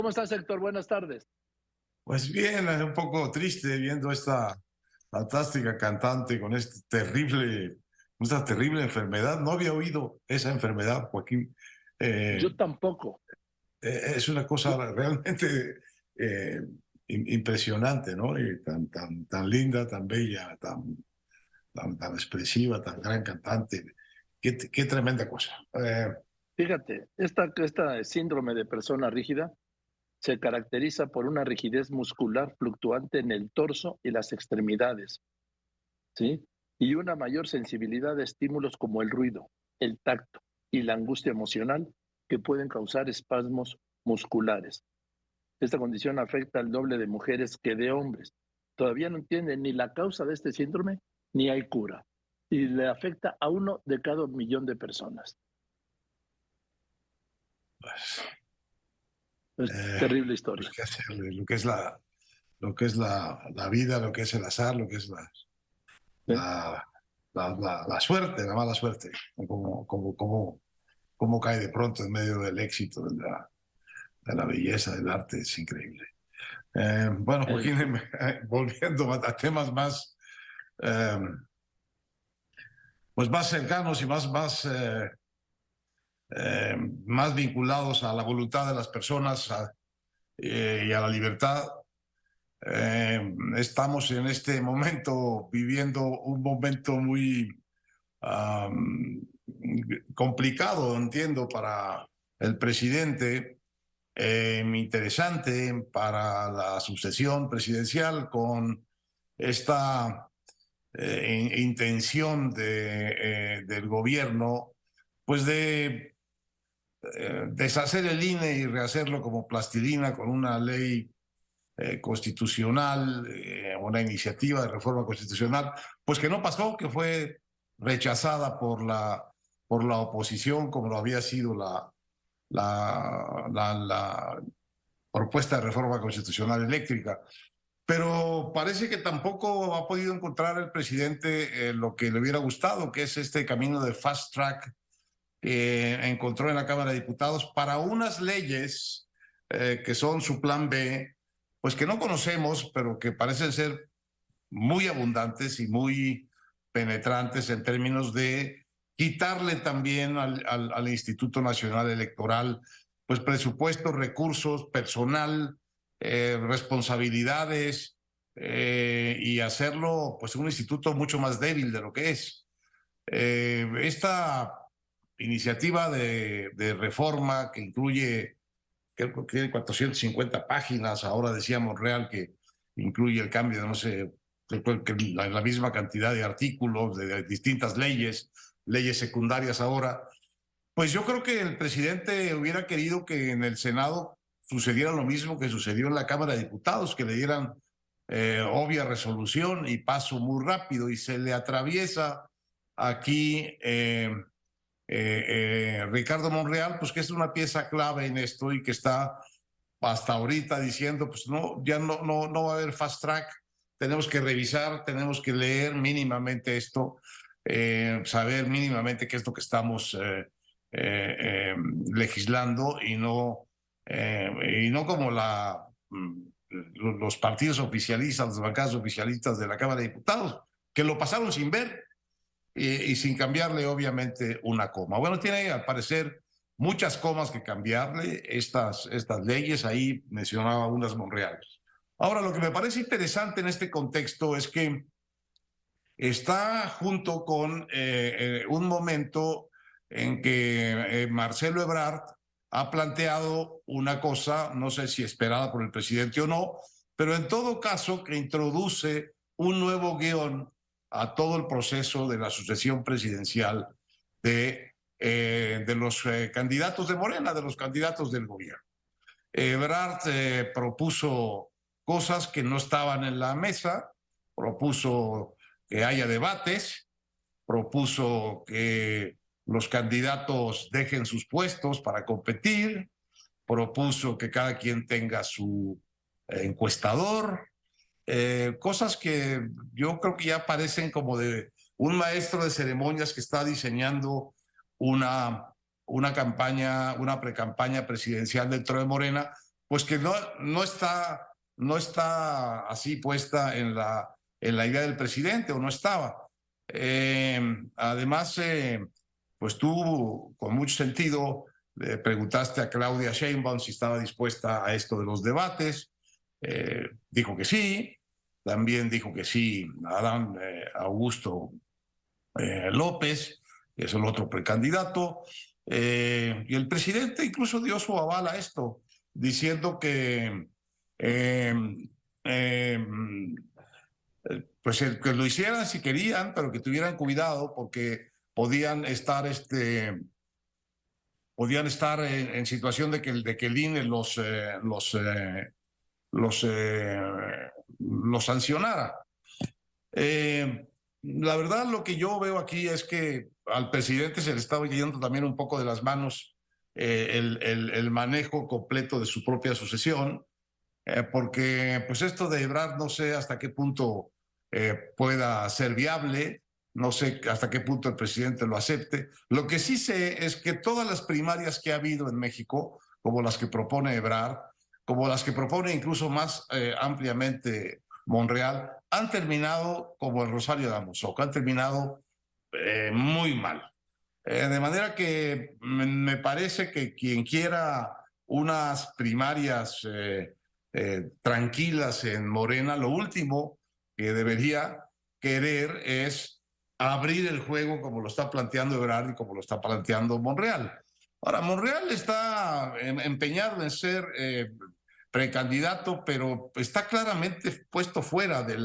¿Cómo estás, Héctor? Buenas tardes. Pues bien, un poco triste viendo esta fantástica cantante con esta terrible enfermedad. No había oído esa enfermedad, Joaquín. Yo Eh, tampoco. es una cosa Yo- realmente impresionante, ¿no? Y tan linda, tan bella, tan expresiva, tan gran cantante. Qué tremenda cosa. Fíjate, esta síndrome de persona rígida se caracteriza por una rigidez muscular fluctuante en el torso y las extremidades, ¿sí? Y una mayor sensibilidad de estímulos como el ruido, el tacto y la angustia emocional que pueden causar espasmos musculares. Esta condición afecta al doble de mujeres que de hombres. Todavía no entienden ni la causa de este síndrome ni hay cura. Y le afecta a 1 de cada 1 millón de personas. pues, Es terrible pues historia. qué hacerle, lo que es la vida, lo que es el azar, lo que es ¿Sí? la, la suerte, la mala suerte, cómo cae de pronto en medio del éxito, de la belleza del arte, es increíble. Bueno, Eh, Joaquín, volviendo a temas eh, pues más cercanos y más vinculados a la voluntad de las personas y a la libertad. Estamos en este momento viviendo un momento muy complicado, entiendo, para el presidente, interesante para la sucesión presidencial con esta intención del gobierno, pues de deshacer el INE y rehacerlo como plastilina con una ley constitucional, una iniciativa de reforma constitucional, pues que no pasó, que fue rechazada por la oposición, como lo había sido la propuesta de reforma constitucional eléctrica. Pero parece que tampoco ha podido encontrar el presidente lo que le hubiera gustado, que es este camino de fast track que encontró en la Cámara de Diputados para unas leyes que son su plan B, pues que no conocemos, pero que parecen ser muy abundantes y muy penetrantes en términos de quitarle también al Instituto Nacional Electoral, pues presupuestos, recursos, personal, responsabilidades, y hacerlo pues un instituto mucho más débil de lo que es. Esta iniciativa de reforma que incluye, creo que tiene 450 páginas, ahora decía Monreal que incluye el cambio de, no sé, la misma cantidad de artículos de distintas leyes secundarias ahora. Pues yo creo que el presidente hubiera querido que en el Senado sucediera lo mismo que sucedió en la Cámara de Diputados, que le dieran obvia resolución y paso muy rápido, y se le atraviesa aquí Ricardo Monreal, pues que es una pieza clave en esto y que está hasta ahorita diciendo, pues no, ya no va a haber fast track, tenemos que revisar, tenemos que leer mínimamente esto, saber mínimamente qué es lo que estamos legislando y no como los partidos oficialistas, las bancadas oficialistas de la Cámara de Diputados, que lo pasaron sin ver y sin cambiarle obviamente una coma. Bueno, tiene al parecer muchas comas que cambiarle estas leyes, ahí mencionaba unas Monreal. Ahora, lo que me parece interesante en este contexto es que está junto con un momento en que Marcelo Ebrard ha planteado una cosa, no sé si esperada por el presidente o no, pero en todo caso que introduce un nuevo guión a todo el proceso de la sucesión presidencial de los candidatos de Morena, de los candidatos del gobierno. Ebrard propuso cosas que no estaban en la mesa, propuso que haya debates, propuso que los candidatos dejen sus puestos para competir, propuso que cada quien tenga su encuestador, cosas que yo creo que ya parecen como de un maestro de ceremonias que está diseñando una campaña, una precampaña presidencial dentro de Morena, pues que no está así puesta en la idea del presidente, o no estaba. Además, pues tú, con mucho sentido, preguntaste a Claudia Sheinbaum si estaba dispuesta a esto de los debates. Dijo que sí. También dijo que sí Adán Augusto López, que es el otro precandidato. Y el presidente incluso dio su aval a esto, diciendo que pues que lo hicieran si querían, pero que tuvieran cuidado porque podían estar en situación de que el INE los sancionara. La verdad, lo que yo veo aquí es que al presidente se le estaba yendo también un poco de las manos el manejo completo de su propia sucesión, porque pues esto de Ebrard no sé hasta qué punto pueda ser viable, no sé hasta qué punto el presidente lo acepte. Lo que sí sé es que todas las primarias que ha habido en México, como las que propone Ebrard, como las que propone incluso más ampliamente Monreal, han terminado como el Rosario de Amozoc, han terminado muy mal. De manera que me parece que quien quiera unas primarias tranquilas en Morena, lo último que debería querer es abrir el juego como lo está planteando Ebrard y como lo está planteando Monreal. Ahora, Monreal está empeñado en ser precandidato, pero está claramente puesto fuera de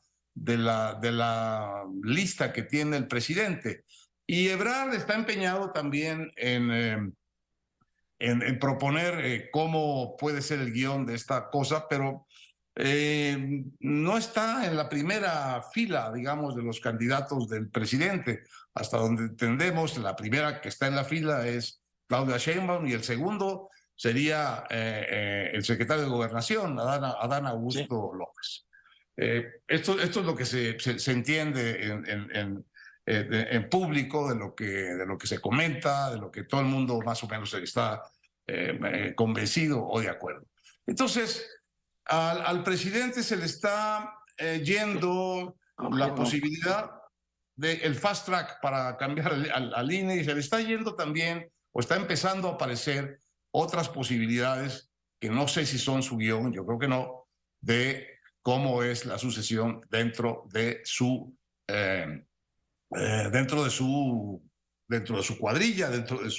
la lista que tiene el presidente. Y Ebrard está empeñado también en proponer cómo puede ser el guión de esta cosa, pero no está en la primera fila, digamos, de los candidatos del presidente. Hasta donde entendemos, la primera que está en la fila es Claudia Sheinbaum y el segundo sería el secretario de Gobernación, Adán Augusto López. Esto es lo que se entiende en público, de lo que se comenta, de lo que todo el mundo más o menos está convencido o de acuerdo. Entonces, al presidente se le está yendo la posibilidad del fast track para cambiar al INE, y se le está yendo también, o está empezando a aparecer otras posibilidades que no sé si son su guión, yo creo que no, de cómo es la sucesión dentro de su cuadrilla, dentro de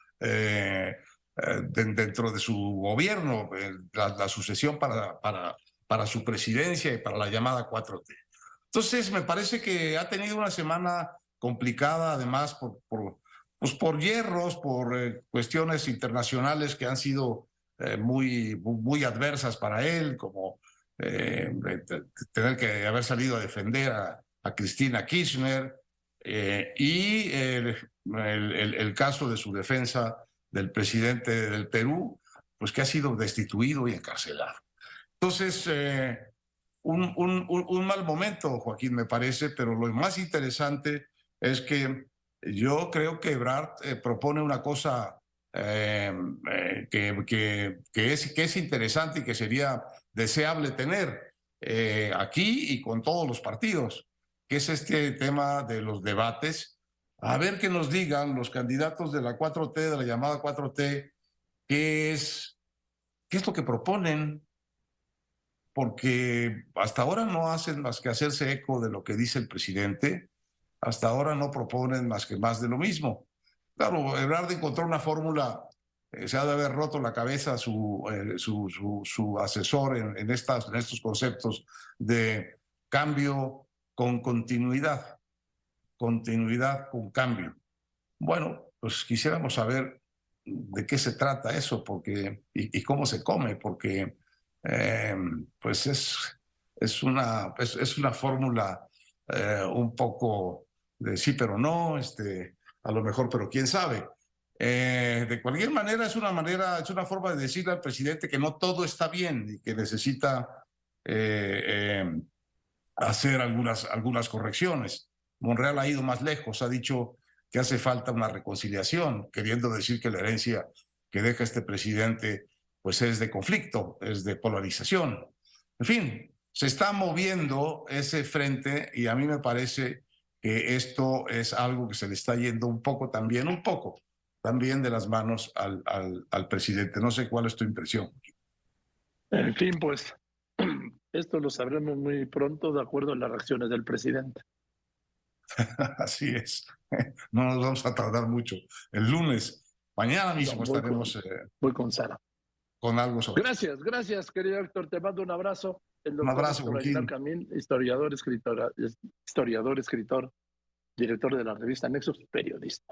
su gobierno, la sucesión para su presidencia y para la llamada 4T. Entonces, me parece que ha tenido una semana complicada, además, por hierros, por cuestiones internacionales que han sido muy adversas para él, como tener que haber salido a defender a Cristina Kirchner, y el caso de su defensa del presidente del Perú, pues que ha sido destituido y encarcelado. Entonces, un mal momento, Joaquín, me parece, pero lo más interesante es que yo creo que Ebrard propone una cosa que es interesante y que sería deseable tener aquí y con todos los partidos, que es este tema de los debates. A ver qué nos digan los candidatos de la 4T, de la llamada 4T, qué es lo que proponen, porque hasta ahora no hacen más que hacerse eco de lo que dice el presidente, hasta ahora no proponen más de lo mismo. Claro, Ebrard encontró una fórmula, se ha de haber roto la cabeza su asesor en estos conceptos de cambio con continuidad con cambio. Bueno, pues quisiéramos saber de qué se trata eso, porque y cómo se come, porque pues es una fórmula un poco de sí pero no, a lo mejor pero quién sabe. De cualquier manera es una forma de decirle al presidente que no todo está bien y que necesita hacer algunas correcciones. Monreal ha ido más lejos, ha dicho que hace falta una reconciliación, queriendo decir que la herencia que deja este presidente pues es de conflicto, es de polarización. En fin, se está moviendo ese frente y a mí me parece que esto es algo que se le está yendo un poco también de las manos al presidente. No sé cuál es tu impresión. En fin, pues esto lo sabremos muy pronto de acuerdo a las reacciones del presidente. Así es. No nos vamos a tardar mucho. El lunes, mañana mismo estaremos voy con Sara. Con algo sobre. Gracias, querido Héctor. Te mando un abrazo. El doctor un abrazo, Joaquín. Camín, historiador, escritor, director de la revista Nexos, periodista.